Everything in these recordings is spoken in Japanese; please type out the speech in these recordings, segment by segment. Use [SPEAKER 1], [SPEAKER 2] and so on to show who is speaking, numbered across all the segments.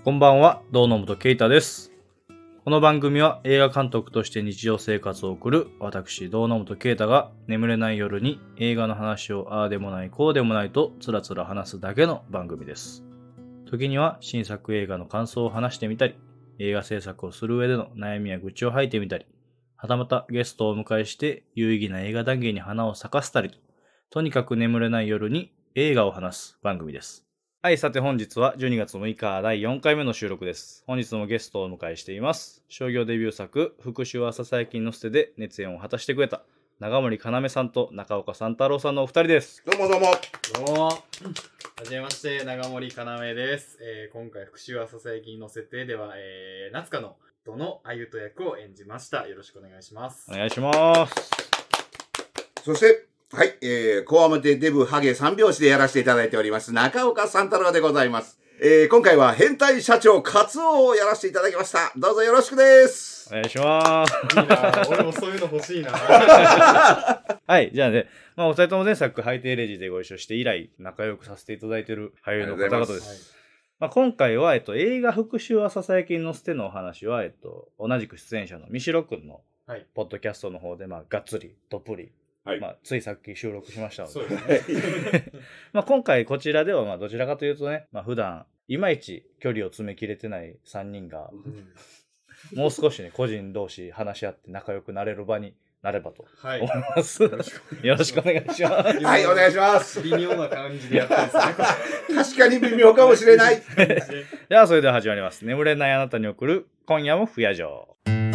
[SPEAKER 1] こんばんは、堂本啓太です。この番組は映画監督として日常生活を送る私、堂本啓太が眠れない夜に映画の話をああでもないこうでもないとつらつら話すだけの番組です。時には新作映画の感想を話してみたり、映画制作をする上での悩みや愚痴を吐いてみたり、はたまたゲストをお迎えして有意義な映画談義に花を咲かせたりとにかく眠れない夜に映画を話す番組です。はい、さて本日は12月6日第4回目の収録です。本日もゲストをお迎えしています。商業デビュー作、復讐はささやきの捨てで熱演を果たしてくれた長森かなめさんと中岡三太郎さんのお二人です。
[SPEAKER 2] どうもどうも。
[SPEAKER 3] どうも。はじめまして、長森かなめです。今回、復讐はささやきに乗せてでは、夏香のどのあゆと役を演じました。よろしくお願いします。
[SPEAKER 1] お願いします。
[SPEAKER 2] そして、はい、コアモテデブハゲ三拍子でやらせていただいております、中岡三太郎でございます。今回は変態社長カツオをやらせていただきました。どうぞよろしくです。
[SPEAKER 1] お願いします。
[SPEAKER 3] いいな俺もそういうの欲しいな
[SPEAKER 1] はい、じゃあね、お二人とも前作、ハイテイレジでご一緒して以来、仲良くさせていただいている俳優の方々です。今回は、映画復讐はささやきの捨てのお話は、同じく出演者の三代くんの、ポッドキャストの方で、がっつり、どっぷり、ついさっき収録しましたので。
[SPEAKER 3] そうですね。
[SPEAKER 1] 今回こちらでは、どちらかというとね、普段、いまいち距離を詰めきれてない3人が、もう少しね、個人同士話し合って仲良くなれる場になればと思います。よろしくお願いします。
[SPEAKER 2] はい、お願いします。
[SPEAKER 3] 微妙な感じでやってるんですね。
[SPEAKER 2] 確かに微妙かもしれない。
[SPEAKER 1] では、それでは始まります。眠れないあなたに送る、今夜も不夜城。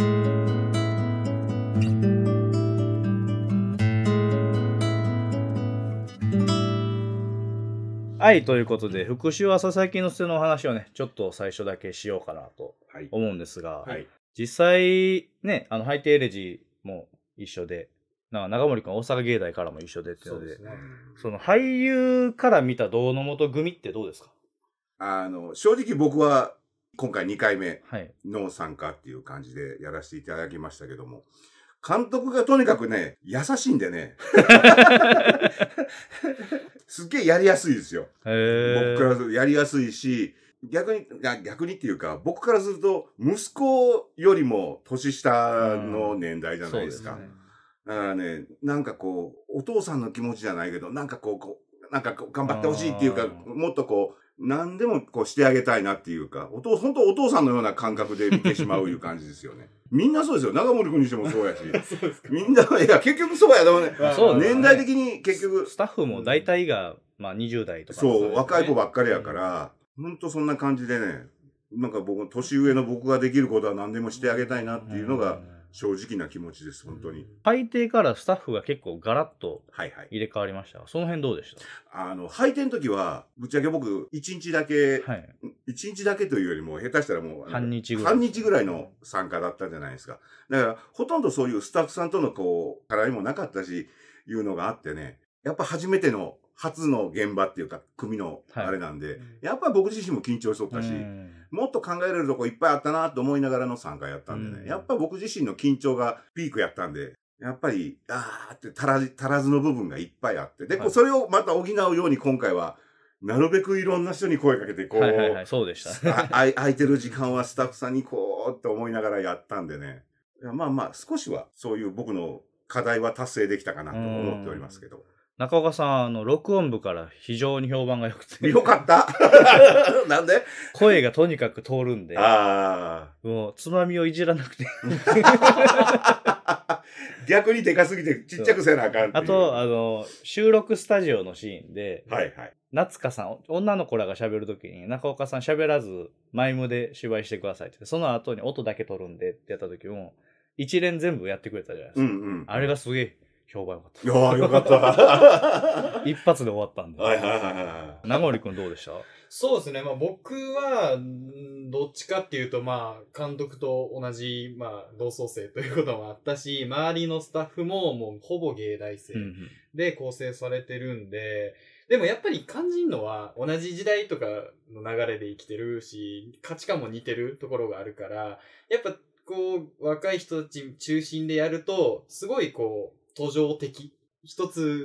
[SPEAKER 1] はい、ということで、復讐はささやきの捨てのお話をね、ちょっと最初だけしようかなと思うんですが、実際ね、ハイテイレジも一緒で、長森くん大阪芸大からも一緒でっていうので、その俳優から見た堂本組ってどうですか？
[SPEAKER 2] 正直僕は今回2回目の参加っていう感じでやらせていただきましたけども、監督がとにかくね、優しいんでね。すっげえやりやすいですよ。僕からするとやりやすいし、逆にっていうか、僕からすると、息子よりも年下の年代じゃないですか。だからね、お父さんの気持ちじゃないけど、頑張ってほしいっていうか、もっと何でもしてあげたいなっていうか、本当お父さんのような感覚で見てしまういう感じですよね。みんなそうですよ。長森君にしてもそうやし。みんな、いや、結局そうや。でもね、年代的に結局。
[SPEAKER 1] スタッフも大体が、20代とか、
[SPEAKER 2] そう、若い子ばっかりやから、ほんとそんな感じでね、年上の僕ができることは何でもしてあげたいなっていうのが、正直な気持ちです、本当に。
[SPEAKER 1] 配定からスタッフが結構ガラッと入れ替わりました。その辺どうでした？
[SPEAKER 2] 配定の時は、ぶっちゃけ僕、1日だけというよりも、下手したらもう、半日ぐらいの参加だったじゃないですか。だから、ほとんどそういうスタッフさんとの絡みもなかったし、いうのがあってね、やっぱ初の現場っていうか、組のあれなんで、やっぱり僕自身も緊張しとったし、もっと考えれるとこいっぱいあったなと思いながらの参加やったんでね、やっぱ僕自身の緊張がピークやったんで、やっぱり、って足らずの部分がいっぱいあって、で、それをまた補うように今回は、なるべくいろんな人に声かけて、
[SPEAKER 1] そうでした。
[SPEAKER 2] 空いてる時間はスタッフさんにって思いながらやったんでね、少しはそういう僕の課題は達成できたかなと思っておりますけど。
[SPEAKER 1] 中岡さん、録音部から非常に評判が良くて。
[SPEAKER 2] よかったなんで
[SPEAKER 1] 声がとにかく通るんで。もう、つまみをいじらなくて。
[SPEAKER 2] 逆にでかすぎてちっちゃくせなあかんっていう。
[SPEAKER 1] あと、収録スタジオのシーンで、夏香さん、女の子らが喋るときに、中岡さん喋らず、マイムで芝居してくださいって。その後に音だけ取るんでってやったときも、一連全部やってくれたじゃないですか。あれがすげえ。評判良かった。
[SPEAKER 2] いやー、よかった。
[SPEAKER 1] 一発で終わったんで。長森くんどうでした？
[SPEAKER 3] そうですね。僕は、どっちかっていうと、監督と同じ、同窓生ということもあったし、周りのスタッフももうほぼ芸大生で構成されてるんで、でもやっぱり感じるのは、同じ時代とかの流れで生きてるし、価値観も似てるところがあるから、やっぱ若い人たち中心でやると、すごい途上的。一つ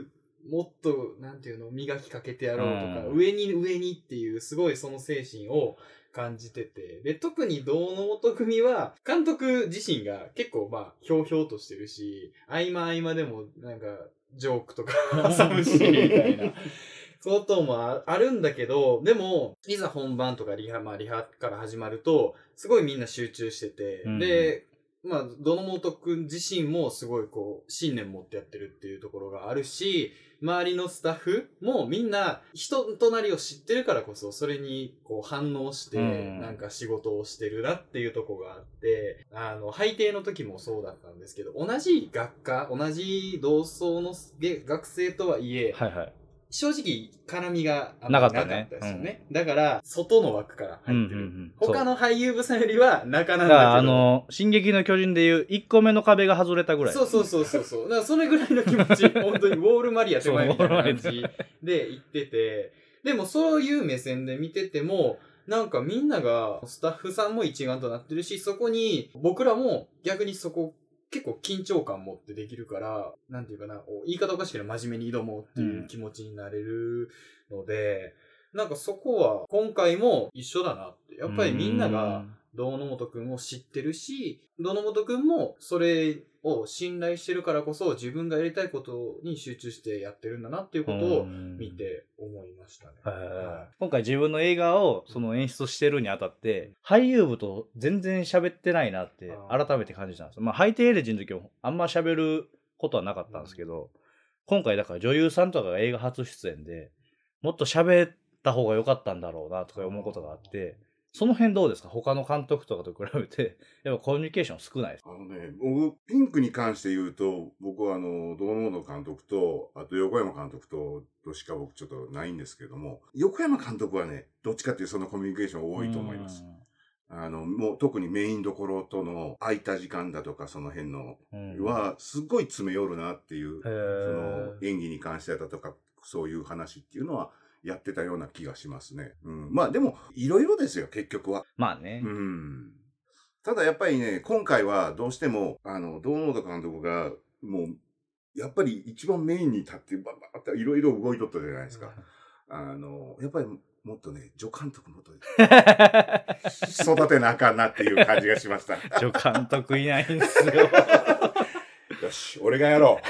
[SPEAKER 3] もっと、なんていうの、磨きかけてやろうとか、上に上にっていう、すごいその精神を感じてて、で、特に堂本組は、監督自身が結構まあ、ひょうひょうとしてるし、合間合間でも、なんか、ジョークとか挟むし、みたいな。こともあるんだけど、でも、いざ本番とかリハから始まると、すごいみんな集中してて、で、まあ、堂本くん自身もすごいこう、信念持ってやってるっていうところがあるし、周りのスタッフもみんな人となりを知ってるからこそ、それにこう反応して、なんか仕事をしてるなっていうところがあって、配定の時もそうだったんですけど、同じ学科、同じ同窓の学生とはいえ、はいはい、正直、絡みがなかったですよね。だから、外の枠から入ってる。他の俳優部さんよりは仲なんだけど。
[SPEAKER 1] 進撃の巨人でいう1個目の壁が外れたぐらい。
[SPEAKER 3] そう。だからそれぐらいの気持ち、本当にウォールマリア手前みたいな感じで言ってて、でもそういう目線で見てても、なんかみんなが、スタッフさんも一丸となってるし、そこに、僕らも逆にそこ、結構緊張感持ってできるから、なんていうかな、言い方おかしいけど真面目に挑もうっていう気持ちになれるので、なんかそこは今回も一緒だなって。やっぱりみんなが堂本くんを知ってるし、堂本くんもそれを信頼してるからこそ自分がやりたいことに集中してやってるんだなっていうことを見て思いましたね。
[SPEAKER 1] 今回自分の映画をその演出してるにあたって、俳優部と全然喋ってないなって改めて感じたんです。まあ、ハイテイエレジの時もあんま喋ることはなかったんですけど、今回だから女優さんとかが映画初出演で、もっと喋った方が良かったんだろうなとか思うことがあって、その辺どうですか？他の監督とかと比べて、やっぱコミュニケーション少ないですか？
[SPEAKER 2] 僕、ピンクに関して言うと、僕は堂本監督と、あと横山監督としか僕ちょっとないんですけども、横山監督はね、どっちかっていうそのコミュニケーション多いと思います。もう特にメインどころとの空いた時間だとかその辺のは、すっごい詰め寄るなっていう、その演技に関してだとか、そういう話っていうのは、やってたような気がしますね。まあでも、いろいろですよ、結局は。
[SPEAKER 1] まあね。
[SPEAKER 2] ただやっぱりね、今回はどうしても、堂本監督が、もう、やっぱり一番メインに立って、バッバッといろいろ動いとったじゃないですか。やっぱりもっとね、助監督もっと育てなあかんなっていう感じがしました。
[SPEAKER 1] 助監督いないんですよ。
[SPEAKER 2] よし、俺がやろ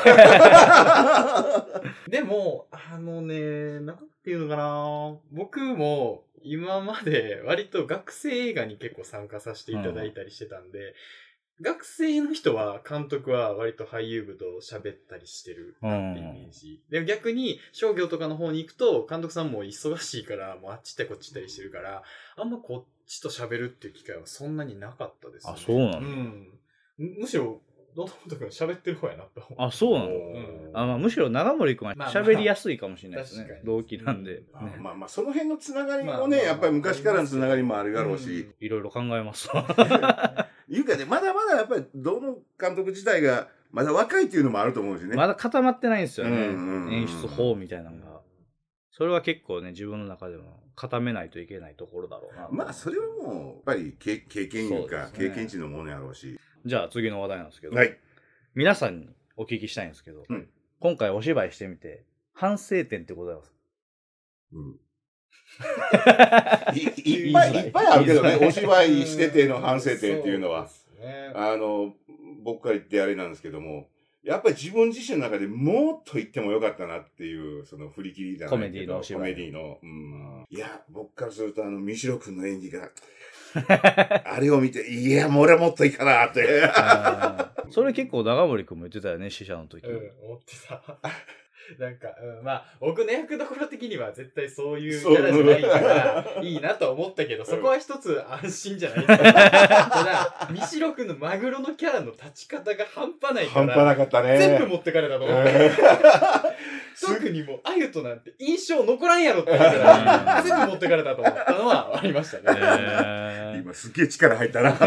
[SPEAKER 3] う。でも、なんていうのかな、僕も今まで割と学生映画に結構参加させていただいたりしてたんで、学生の人は、監督は割と俳優部と喋ったりしてるなってイメージ。でも逆に商業とかの方に行くと、監督さんも忙しいから、もうあっち行ったりこっち行ったりしてるから、あんまこっちと喋るっていう機会はそんなになかったですね。
[SPEAKER 1] あ、そうなの？
[SPEAKER 3] むしろ、堂本くん喋ってる方やなと思う。
[SPEAKER 1] あ、そうなの？まあ、むしろ長森くんは喋りやすいかもしれないですね。同期なんで。
[SPEAKER 2] まあ、その辺のつながりもね、やっぱり昔からのつながりもあるだろうし。
[SPEAKER 1] いろいろ考えます
[SPEAKER 2] わ。いうかね、まだまだやっぱり、どの監督自体が、まだ若いっていうのもあると思うしね。
[SPEAKER 1] まだ固まってないんですよね。演出法みたいなのが。それは結構ね、自分の中でも固めないといけないところだろうな。
[SPEAKER 2] まあ、それはもう、やっぱり経験いうか、経験値のものやろうし。
[SPEAKER 1] じゃあ次の話題なんですけど。はい。皆さんにお聞きしたいんですけど、今回お芝居してみて、反省点ってございます？
[SPEAKER 2] いっぱいあるけどね、お芝居してての反省点っていうのは。僕から言ってあれなんですけども、やっぱり自分自身の中でもっと言ってもよかったなっていう、その振り切りじゃないけど、コメディの。いや、僕からすると三代くんの演技が、あれを見て、いや、もう俺はもっといいかなって。
[SPEAKER 1] それ結構長森くんも言ってたよね、死者の時。
[SPEAKER 3] 思ってた。なんか、まあ、僕の役どころ的には絶対そういうキャラじゃないから、いいなとは思ったけど、そこは一つ安心じゃないですか。ただ、三代くんのマグロのキャラの立ち方が半端ないから、
[SPEAKER 2] 半端なかったね。
[SPEAKER 3] 全部持ってかれたと思って。特にもう、あゆとなんて印象残らんやろって言ったら、全部持ってかれたと思ったのはありましたね。
[SPEAKER 2] 今すっげえ力入ったな。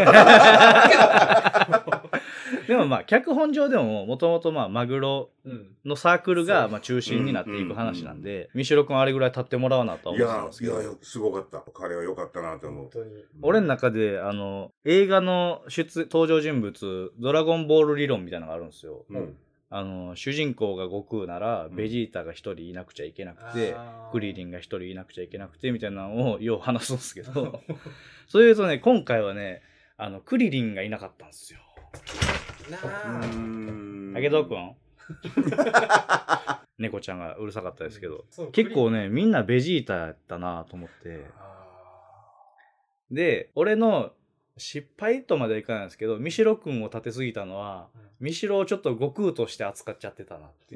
[SPEAKER 1] でもまあ、脚本上でも、もともとまあ、マグロのサークルがまあ中心になっていく話なんで、三代くんあれぐらい立ってもらうなとは思ってたんですけど。
[SPEAKER 2] いや、すごかった。彼は良かったなと思う。
[SPEAKER 1] 俺の中で、映画の登場人物、ドラゴンボール理論みたいなのがあるんですよ。 主人公が悟空なら、ベジータが一人いなくちゃいけなくて、クリリンが一人いなくちゃいけなくて、みたいなのをよう話すんですけど、そういうとね、今回はね、クリリンがいなかったんですよ。武藤くん猫ちゃんがうるさかったですけど、結構ね、みんなベジータやったなと思って。で、俺の失敗とまではいかないんですけど、ミシロ君を立てすぎたのは、ミシロをちょっと悟空として扱っちゃってたなっていう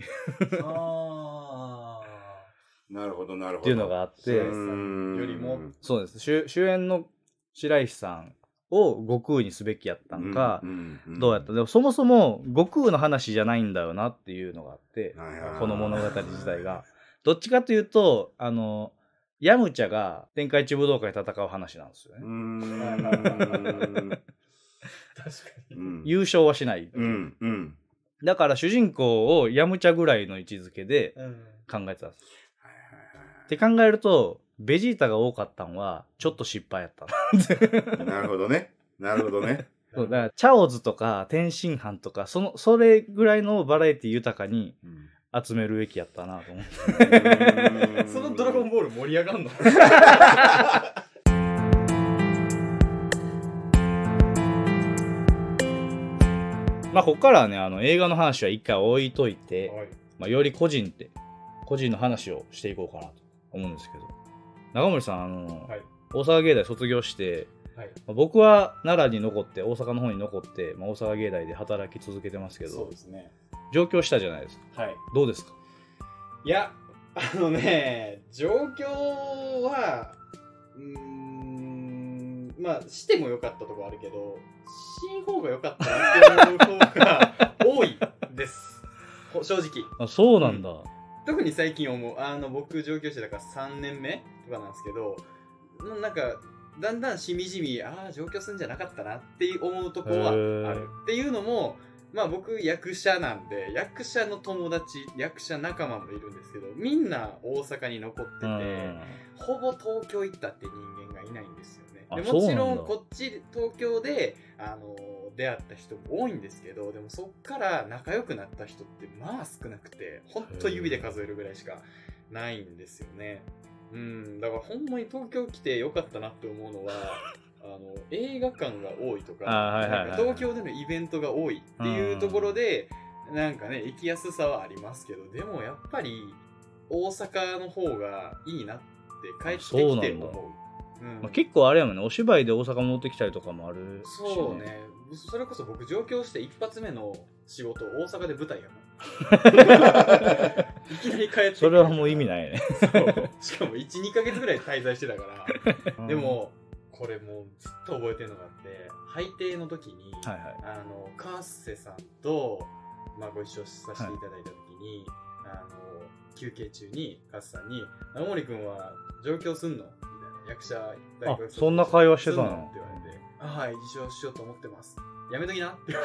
[SPEAKER 2] なるほどなるほど
[SPEAKER 1] っていうのがあって、よ
[SPEAKER 3] りも
[SPEAKER 1] そうです。主演の白石さんを悟空にすべきやったんか、どうやった。でもそもそも悟空の話じゃないんだよなっていうのがあって、この物語自体がどっちかというとヤムチャが天下一武道会で戦う話なんですよね。確かに、優勝はしない、だから主人公をヤムチャぐらいの位置づけで考えてたんです、って考えるとベジータが多かったんはちょっと失敗やった
[SPEAKER 2] なるほどねなるほどね
[SPEAKER 1] そうだからチャオズとか天津飯とかそれぐらいのバラエティ豊かに集めるべきやったなと思って
[SPEAKER 3] そのドラゴンボール盛り上がんの
[SPEAKER 1] まあここからはね映画の話は一回置いといて、より個人の話をしていこうかなと思うんですけど、長森さん大阪芸大卒業して、僕は奈良に残って大阪の方に残って、大阪芸大で働き続けてますけど、
[SPEAKER 3] そうですね、
[SPEAKER 1] 上京したじゃないですか。どうですか？
[SPEAKER 3] いや状況はしてもよかったところあるけど、しん方がよかったなっていう方が多いです正直。
[SPEAKER 1] あ、そうなんだ。
[SPEAKER 3] 特に最近思う僕上京してだから3年目とかなんですけど、なんかだんだんしみじみ上京するんじゃなかったなって思うとこはあるっていうのも、僕役者なんで役者の友達役者仲間もいるんですけど、みんな大阪に残ってて、ほぼ東京行ったって人間がいないんですよね。でもちろんこっち東京で出会った人も多いんですけど、でもそっから仲良くなった人って少なくて、ほんと指で数えるぐらいしかないんですよね。だからほんまに東京来てよかったなって思うのは映画館が多いとか、東京でのイベントが多いっていうところでなんかね行きやすさはありますけど、でもやっぱり大阪の方がいいなって帰ってきて思う。
[SPEAKER 1] 結構あれやもんね、お芝居で大阪戻ってきたりとかもあるし、ね、
[SPEAKER 3] そうね。それこそ僕上京して一発目の仕事大阪で舞台やもんいきなり帰ってきて、
[SPEAKER 1] それはもう意味ないね
[SPEAKER 3] そうしかも 1,2 ヶ月ぐらい滞在してたからでもこれもうずっと覚えてるのがあって、配定の時に、カッセさんと、ご一緒させていただいた時に、休憩中にカッセさんに「長森君は上京すんの?」みたいな、役者大学
[SPEAKER 1] そんな会話してたの
[SPEAKER 3] って言われて「はい、一応しようと思ってます、やめときな」って言わ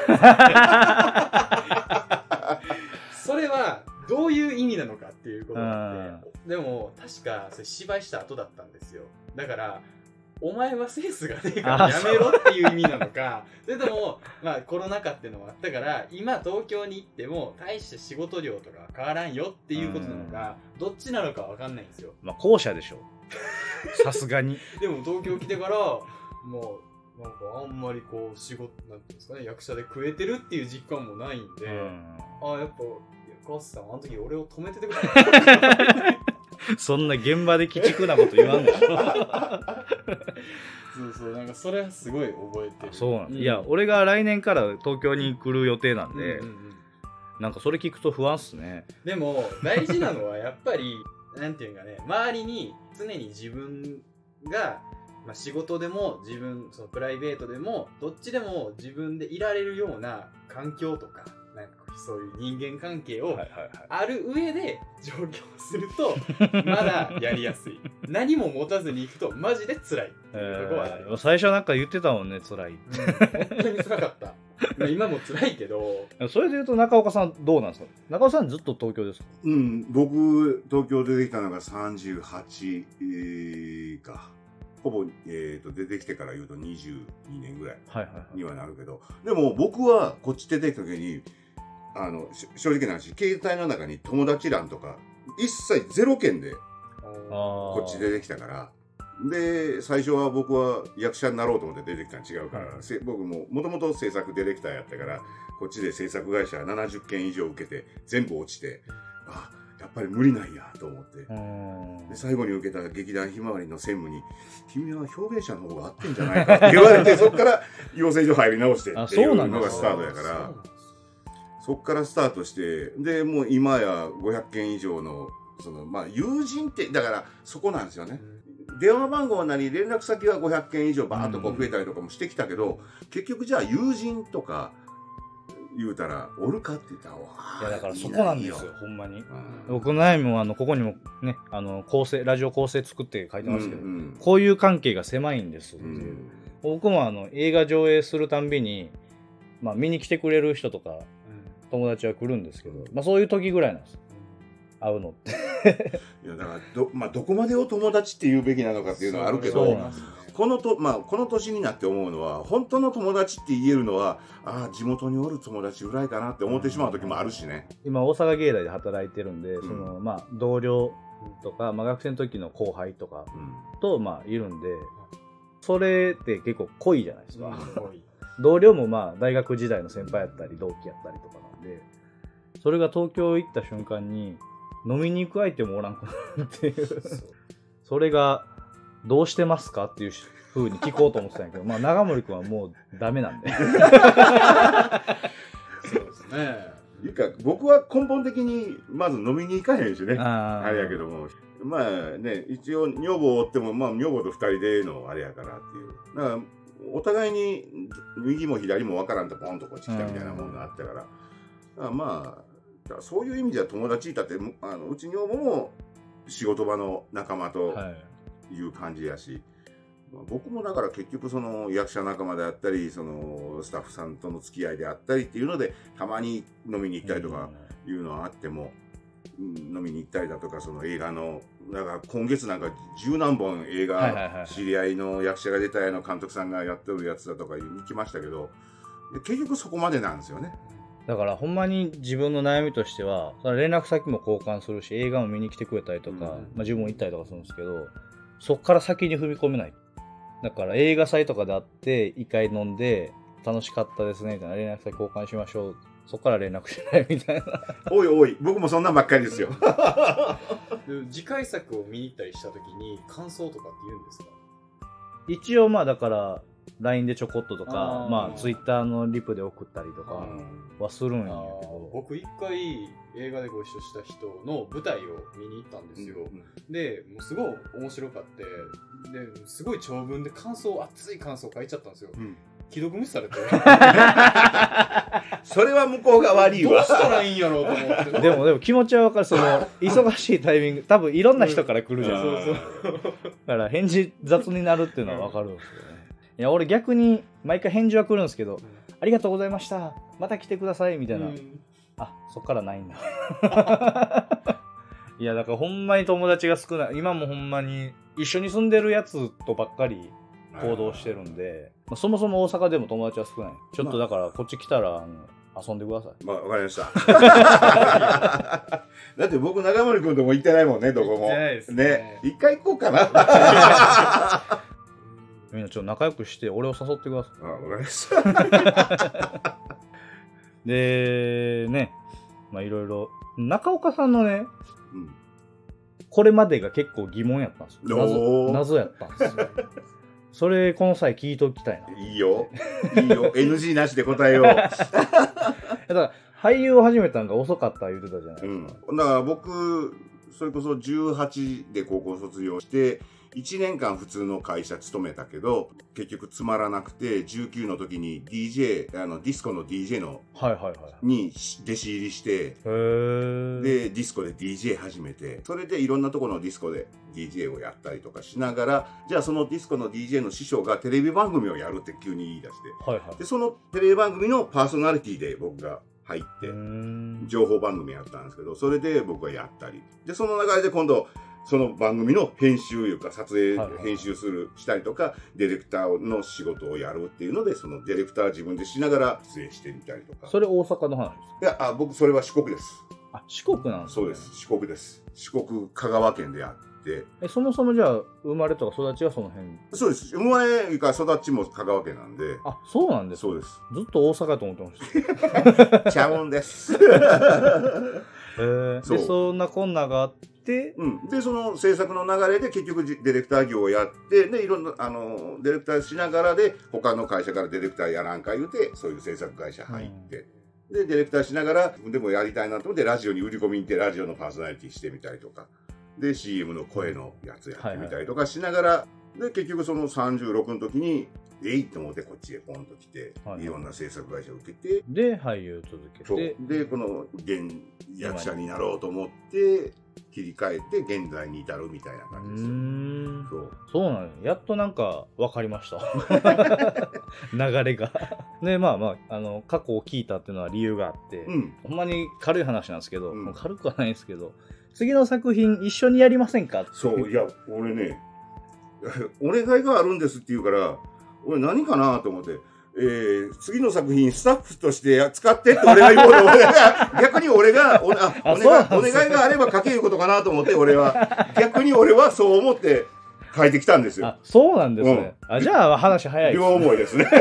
[SPEAKER 3] れてそれはどういう意味なのかっていうことがあって、でも確かそれ芝居した後だったんですよ。だからお前はセンスがねえからやめろっていう意味なのかそれともコロナ禍っていうのもあったから今東京に行っても大して仕事量とか変わらんよっていうことなのか、どっちなのか分かんないんですよ。
[SPEAKER 1] 後者でしょさすがに
[SPEAKER 3] でも東京来てからもうなんかあんまりこう仕事なんていうんですかね、役者で食えてるっていう実感もないんで、やっぱカスさんあの時俺を止めててくれ
[SPEAKER 1] そんな現場で鬼畜なこと言わんでしょ
[SPEAKER 3] そうなんかそれはすごい覚えてる。
[SPEAKER 1] そうなん、いや俺が来年から東京に来る予定なんで、なんかそれ聞くと不安っすね。
[SPEAKER 3] でも大事なのはやっぱりなんていうかね、周りに常に自分が仕事でも自分そのプライベートでもどっちでも自分でいられるような環境とかなんかそういう人間関係をある上で上京するとまだやりやすい何も持たずに行くとマジで辛いっていうところはある。
[SPEAKER 1] 最初なんか言ってたもんね、辛い、
[SPEAKER 3] 本当に辛かった今も辛いけど。
[SPEAKER 1] それで言うと中岡さんどうなんですか？中岡さんずっと東京ですか？
[SPEAKER 2] 僕東京出てきたのが38かほぼ、出てきてから言うと22年ぐらいにはなるけど、でも僕はこっち出てきた時に正直な話、携帯の中に友達欄とか、一切0件で、こっち出てきたから、で、最初は僕は役者になろうと思って出てきたの違うから、僕もともと制作ディレクターやったから、こっちで制作会社70件以上受けて、全部落ちて、やっぱり無理なんやと思って。で最後に受けた劇団ひまわりの専務に、君は表現者の方が合ってんじゃないかって言われて、そこから養成所入り直してっていうのがスタートやから、そこからスタートして、で、もう今や500件以上の、友人って、だからそこなんですよね。電話番号なり連絡先は500件以上バーッと増えたりとかもしてきたけど、結局じゃあ友人とか言うたらおるかって言ったら、
[SPEAKER 1] いやだからそこなんですよ、ほんまに。僕の悩みもここにもね、ラジオ構成作って書いてますけど、こういう関係が狭いんですっていう。僕も映画上映するたんびに、見に来てくれる人とか、友達は来るんですけど、そういう時ぐらいなんです。会うのって
[SPEAKER 2] いやだからどこまでを友達って言うべきなのかっていうのはあるけど、この年になって思うのは、本当の友達って言えるのは、地元におる友達ぐらいかなって思ってしまう時もあるしね。
[SPEAKER 1] 今大阪芸大で働いてるんで、同僚とか、学生の時の後輩とかと、いるんで、それって結構濃いじゃないですか。同僚も大学時代の先輩やったり同期やったりとかなんで、それが東京行った瞬間に飲みに行く相手もおらんくなるっていうそれがどうしてますかっていう風に聞こうと思ってたんやけど、長森君はもうダメなんでそう
[SPEAKER 2] ですね。いうか僕は根本的にまず飲みに行かへんしね、あれやけども、一応女房を追っても女房と2人でのあれやからっていう、だからお互いに右も左も分からんとポンとこっち来たみたいなものがあったから、そういう意味では友達いたって、うち女房も仕事場の仲間という感じやし、僕もだから結局その役者仲間であったり、そのスタッフさんとの付き合いであったりっていうので、たまに飲みに行ったりとかいうのはあっても、飲みに行ったりだとか、その映画の、だから今月なんか10何本映画、知り合いの役者が出たような監督さんがやってるやつだとか行きましたけど、結局そこまでなんですよね。
[SPEAKER 1] だからほんまに自分の悩みとしては、連絡先も交換するし、映画も見に来てくれたりとか、自分も行ったりとかするんですけど、そっから先に踏み込めない。だから映画祭とかで会って一回飲んで楽しかったですねみたいな、連絡先交換しましょう、そっから連絡しないみたいな
[SPEAKER 2] おいおい、僕もそんなんばっかりですよ
[SPEAKER 3] 次回作を見に行ったりした時に感想とかって言うんですか？
[SPEAKER 1] 一応だから LINE でちょこっととか、Twitter のリプで送ったりとかはするんやけど、
[SPEAKER 3] 僕一回映画でご一緒した人の舞台を見に行ったんですよ、でもうすごい面白かって、ですごい長文で熱い感想書いちゃったんですよ、既読無視されて
[SPEAKER 2] それは向こうが悪いわ。
[SPEAKER 3] どうしたらいいんやろうと思って
[SPEAKER 1] でも気持ちは分かる。その忙しいタイミング、多分いろんな人から来るじゃん、だから返事雑になるっていうのは分かるんですよね。いや俺逆に毎回返事は来るんですけど、ありがとうございました、また来てくださいみたいな、そっからないんだいやだからほんまに友達が少ない。今もほんまに一緒に住んでるやつとばっかり行動してるんで、そもそも大阪でも友達は少ない。ちょっとだからこっち来たら遊んでください。
[SPEAKER 2] わかりましただって僕中森君とも行ってないもんね、どこも。行ってないですね。一回行こうかな
[SPEAKER 1] みんなちょっと仲良くして俺を誘ってください。
[SPEAKER 2] わかりました
[SPEAKER 1] でね、いろいろ中岡さんのね、これまでが結構疑問やったんですよ。謎やったんですよそれこの際聞いときたいな。
[SPEAKER 2] いいよ NG なしで答えようだ
[SPEAKER 1] から俳優を始めたのが遅かった言ってたじゃないですか、
[SPEAKER 2] だから僕それこそ18で高校卒業して1年間普通の会社勤めたけど結局つまらなくて19の時に DJ ディスコの DJ のに弟子入りして、でディスコで DJ 始めて、それでいろんなところのディスコで DJ をやったりとかしながら、じゃあそのディスコの DJ の師匠がテレビ番組をやるって急に言い出して、でそのテレビ番組のパーソナリティで僕が入って情報番組やったんですけど、それで僕はやったりで、その流れで今度その番組の編集いうか、撮影、編集したりとか、ディレクターの仕事をやるっていうので、そのディレクター自分でしながら出演してみたりとか。
[SPEAKER 1] それ大阪の話ですか？
[SPEAKER 2] いや、僕、それは四国です。
[SPEAKER 1] あ、四国なんですか？
[SPEAKER 2] そうです。四国です。四国、香川県であって。
[SPEAKER 1] そもそもじゃあ、生まれとか育ちはその辺？
[SPEAKER 2] そうです。生まれか育ちも香川県なんで。
[SPEAKER 1] あ、そうなんですか？
[SPEAKER 2] そうです。
[SPEAKER 1] ずっと大阪と思ってました。
[SPEAKER 2] ちゃうんです。
[SPEAKER 1] で、そんなこんながあって、
[SPEAKER 2] で、その制作の流れで結局ディレクター業をやって、で、いろんな、ディレクターしながらで、他の会社からディレクターやらんか言うて、そういう制作会社入って、で、ディレクターしながら、自分でもやりたいなと思って、ラジオに売り込みに行って、ラジオのパーソナリティしてみたりとか、で、CM の声のやつやってみたりとかしながら、で、結局その36の時に、と思ってこっちへポンと来て、いろんな制作会社を受けて、
[SPEAKER 1] で、俳優続けて、
[SPEAKER 2] で、この現役者になろうと思って、切り替えて現在に至るみたいな感じですよ。
[SPEAKER 1] そうなのよ。やっとなんか分かりました。流れが。で、まあ、過去を聞いたっていうのは理由があって、ほんまに軽い話なんですけど、軽くはないんですけど、次の作品一緒にやりませんかって。
[SPEAKER 2] そう、いや、俺ね、お願いがあるんですって言うから、俺何かなと思って、次の作品スタッフとして使ってって俺が言おうと思って、逆に俺がお願いがあれば書けることかなと思って、逆に俺はそう思って書いてきたんですよ。
[SPEAKER 1] あ、そうなんですね。じゃあ話早いです。
[SPEAKER 2] 両思いですね。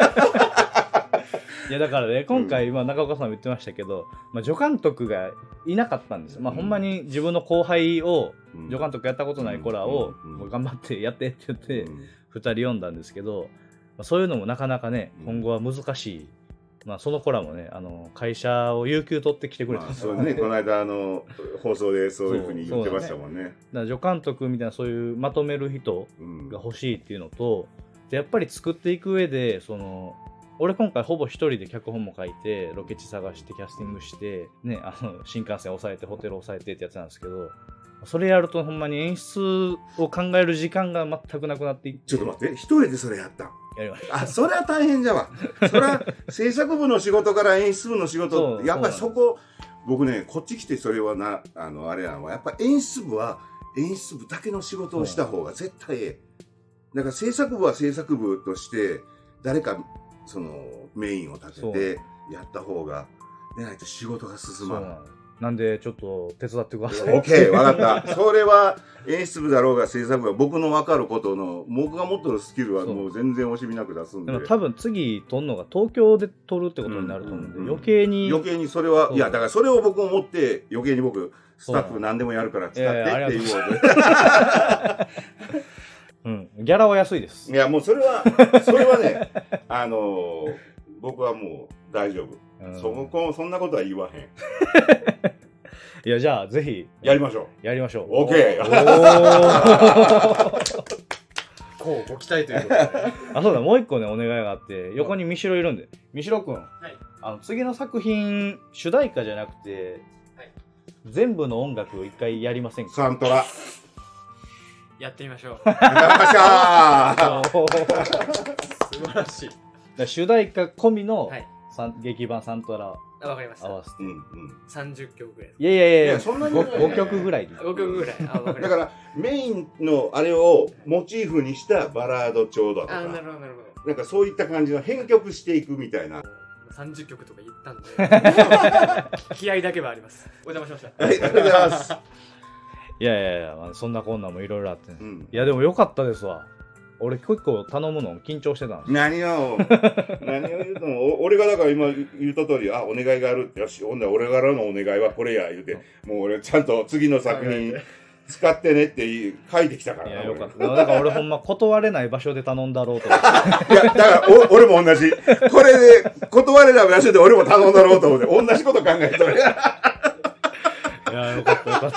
[SPEAKER 1] いやだからね、今回、中岡さんも言ってましたけど、助監督がいなかったんですよ。ほんまに自分の後輩を、助監督やったことない子らを、もう頑張ってやってって言って、2人読んだんですけど、そういうのもなかなかね、今後は難しい。その子らもね、会社を有給取ってきてくれたんですよ
[SPEAKER 2] ね。この間放送でそういうふうに言ってましたもんね。
[SPEAKER 1] だから助監督みたいなそういうまとめる人が欲しいっていうのと、やっぱり作っていく上で俺今回ほぼ一人で脚本も書いてロケ地探してキャスティングしてね、新幹線抑えてホテル抑えてってやつなんですけど、それやるとほんまに演出を考える時間が全くなくなっていって。
[SPEAKER 2] ちょっと待って、一人でそれやったん？
[SPEAKER 1] やりました。
[SPEAKER 2] あ、それは大変じゃわ。それは制作部の仕事から演出部の仕事、やっぱりそこ、僕ね、こっち来てそれはあれやのは、やっぱ演出部は演出部だけの仕事をした方が絶対ええ。だから制作部は制作部として、誰かメインを立ててやった方が、でないと仕事が進まない。
[SPEAKER 1] なんでちょっと手伝ってください。
[SPEAKER 2] OK、分かった。それは演出部だろうが制作部は僕の分かることの、僕が持ってるスキルはもう全然惜しみなく出すんで。
[SPEAKER 1] でも多分次撮るのが東京で撮るってことになると思うんで、余計に
[SPEAKER 2] それは、いやだからそれを僕思って余計に僕スタッフ何でもやるから使ってって言おう
[SPEAKER 1] と。ギャラは安いです。
[SPEAKER 2] いやもうそれはね、僕はもう大丈夫。そんなことは言わへん。
[SPEAKER 1] いやじゃあぜひ
[SPEAKER 2] やりましょう。
[SPEAKER 1] やりましょう。
[SPEAKER 2] OK。
[SPEAKER 3] こうご期待ということで。
[SPEAKER 1] そうだ、もう一個ねお願いがあって、横に三代いるんで、三代くん、次の作品主題歌じゃなくて、全部の音楽を一回やりませんか？
[SPEAKER 2] サントラ
[SPEAKER 3] やってみましょう。
[SPEAKER 2] やりましょう。
[SPEAKER 3] 素晴らしい。
[SPEAKER 1] 主題歌込みの劇版サントラ
[SPEAKER 3] わかりました。
[SPEAKER 1] 合わせて
[SPEAKER 3] 30曲ぐらい。
[SPEAKER 1] いやいや
[SPEAKER 2] そんなに
[SPEAKER 1] 5曲ぐらいで。
[SPEAKER 3] 5曲ぐらい。
[SPEAKER 2] だからメインのあれをモチーフにしたバラード調だとか、
[SPEAKER 3] なるほどなるほど。
[SPEAKER 2] なんかそういった感じの編曲していくみたいな。
[SPEAKER 3] 30曲とか言ったんで気合だけはあります。お邪魔しました。
[SPEAKER 2] はい、ありがとうございます。
[SPEAKER 1] いやそんなこんなもいろいろあって、いやでもよかったですわ。俺結構頼むの緊張してたんです。
[SPEAKER 2] 何を言うとも、俺がだから今言った通り、お願いがあるって、よし、ほんなら俺からのお願いはこれや言うて、もう俺ちゃんと次の作品使ってねって書いてきたからな。
[SPEAKER 1] いやよかった。だから俺ほんま断れない場所で頼んだろうと。
[SPEAKER 2] いやだから俺も同じ。これで断れない場所で俺も頼んだろうと思って同じこと考えてた。
[SPEAKER 1] いやよかったよかった。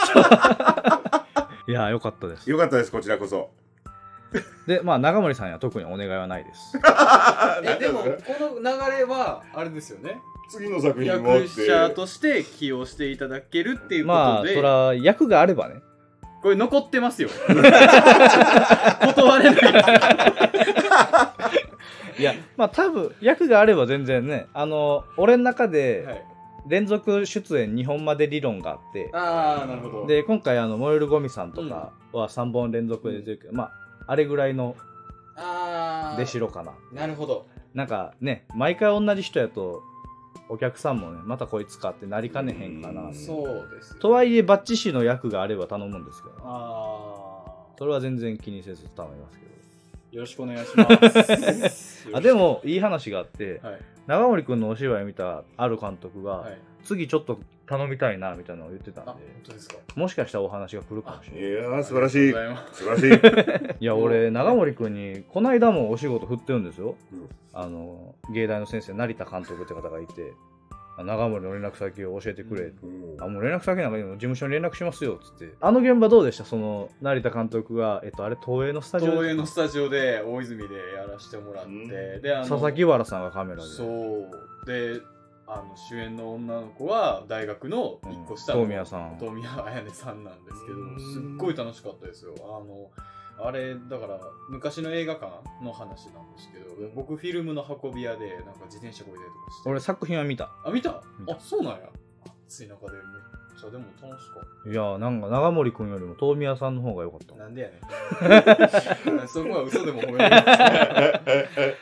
[SPEAKER 1] いやよかったです。
[SPEAKER 2] よかったです、こちらこそ。
[SPEAKER 1] で長森さんには特にお願いはないです。
[SPEAKER 3] でもこの流れはあれですよね。
[SPEAKER 2] 次の作品を
[SPEAKER 3] 役者として起用していただけるっていうことで、
[SPEAKER 1] そら役があればね。
[SPEAKER 3] これ残ってますよ。断れない。
[SPEAKER 1] いや多分役があれば全然ね、俺の中で、 連続出演2本まで理論があって、
[SPEAKER 3] ああなるほど。
[SPEAKER 1] で今回燃えるゴミさんとかは3本連続で出てるけど、まああれぐらいの出しろかな。
[SPEAKER 3] なるほど。
[SPEAKER 1] なんかね、毎回同じ人やとお客さんもね、またこいつかってなりかねへんかな。
[SPEAKER 3] そうです。
[SPEAKER 1] とはいえバッチシの役があれば頼むんですけど、
[SPEAKER 3] あ
[SPEAKER 1] それは全然気にせず頼みますけど。
[SPEAKER 3] よろしくお願いします。
[SPEAKER 1] あ、でもいい話があって、
[SPEAKER 3] はい、
[SPEAKER 1] 長森くんのお芝居見たある監督が、はい、次ちょっと頼みたいなみたいなのを言ってたんで、
[SPEAKER 3] 本当ですか？
[SPEAKER 1] もしかしたらお話が来るかもしれない。
[SPEAKER 2] いやー素晴らしい素晴らしい。
[SPEAKER 1] いや俺長森くんにこの間もお仕事振ってるんですよ、芸大の先生成田監督って方がいて、長森の連絡先を教えてくれ、もう連絡先なんか事務所に連絡しますよっつって。あの現場どうでした？その成田監督があれ東映のスタジオ
[SPEAKER 3] で大泉でやらせてもらって、で
[SPEAKER 1] 佐々木原さんがカメラで、
[SPEAKER 3] そうで主演の女の子は大学の1個下の、
[SPEAKER 1] 東宮彩
[SPEAKER 3] 音さんなんですけど、すっごい楽しかったですよ。あれだから昔の映画館の話なんですけど、僕フィルムの運び屋でなんか自転車こいでとかして、
[SPEAKER 1] 俺作品は見た。
[SPEAKER 3] 見た？そうなんや。暑い中でめっちゃでも楽しかった。
[SPEAKER 1] いやなんか長森くんよりも東宮さんの方が良かった。
[SPEAKER 3] なんでやねん。そこは嘘でも褒める。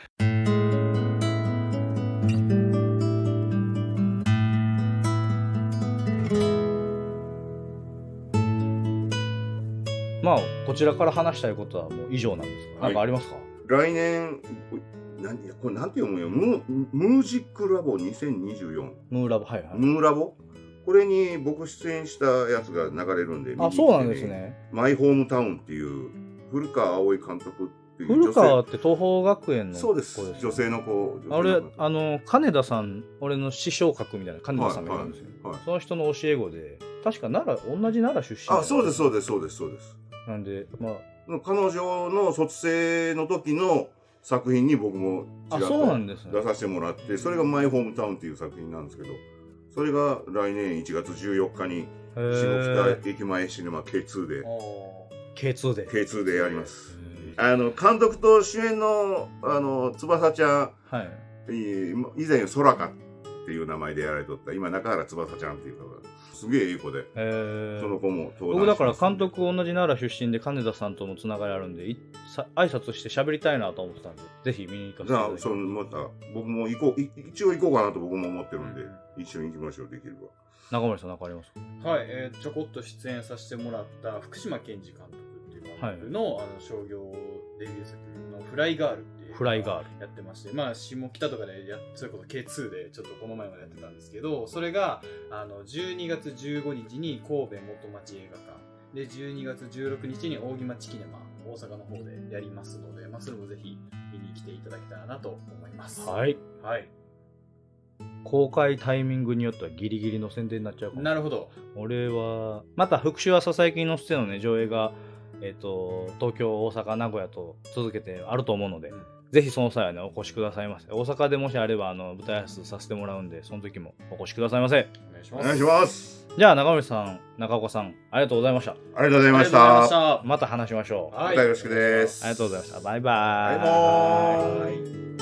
[SPEAKER 1] まあこちらから話したいことはもう以上なんですか？なんかありますか？
[SPEAKER 2] 来年これなんて読むよ、ムージックラボ2024。
[SPEAKER 1] ムーラボ、はいはい。
[SPEAKER 2] ムーラボ、これに僕出演したやつが流れるんで、
[SPEAKER 1] あ、そうなんですね。
[SPEAKER 2] マイホームタウンっていう古川葵監督っていう
[SPEAKER 1] 古川って東邦学園の
[SPEAKER 2] 子です。そうです。女性の子。
[SPEAKER 1] あれ金田さん、俺の師匠格みたいな金田さんがいるんですよ。その人の教え子で、確か同じ奈良出身。
[SPEAKER 2] あ、そうですそうですそうですそうです。
[SPEAKER 1] なんでまあ
[SPEAKER 2] 彼女の卒生の時の作品に僕も出させてもらって、それがマイホームタウンっていう作品なんですけど、それが来年1月14日に下北駅前シネマ K2 でやります。監督と主演の翼ちゃん、はい、以前空かっていう名前でやられとった、今中原翼ちゃんっていう方がすげえいい子で、その子も
[SPEAKER 1] 僕だから監督同じ奈良出身で金田さんともつながりあるんで挨拶して喋りたいなと思ってたんで、ぜひ見に行かせていただきます。
[SPEAKER 2] また僕も一応行こうかなと僕も思ってるんで、一緒に行きましょう。できるわ。
[SPEAKER 1] 中森さん何かありますか？
[SPEAKER 3] はい、ちょこっと出演させてもらった福島健二監督っていう監督の、商業デビュー作のフライガールっていう
[SPEAKER 1] フライガール
[SPEAKER 3] やってまして、まあ下北とかでそれこそ K2 でちょっとこの前までやってたんですけど、それが12月15日に神戸元町映画館で、12月16日に扇町キネマ大阪の方でやりますので、まあ、それもぜひ見に来ていただけたらなと思います。
[SPEAKER 1] はい、はい、公開タイミングによってはギリギリの宣伝になっちゃうかも。
[SPEAKER 3] なるほど。
[SPEAKER 1] 俺はまた復讐はささやきの捨てのね上映が東京大阪名古屋と続けてあると思うので、ぜひその際はねお越しくださいませ。大阪でもしあれば舞台挨拶させてもらうんで、その時もお越しくださいませ。
[SPEAKER 3] お願いします。
[SPEAKER 2] お願いします。
[SPEAKER 1] じゃあ中森さん、中岡さん、ありがとうございました。
[SPEAKER 2] ありがとうございました。
[SPEAKER 1] また話しましょう。
[SPEAKER 2] はい、またよろしくです。
[SPEAKER 1] ありがとうございました。バイバーイ。
[SPEAKER 2] バイバーイ。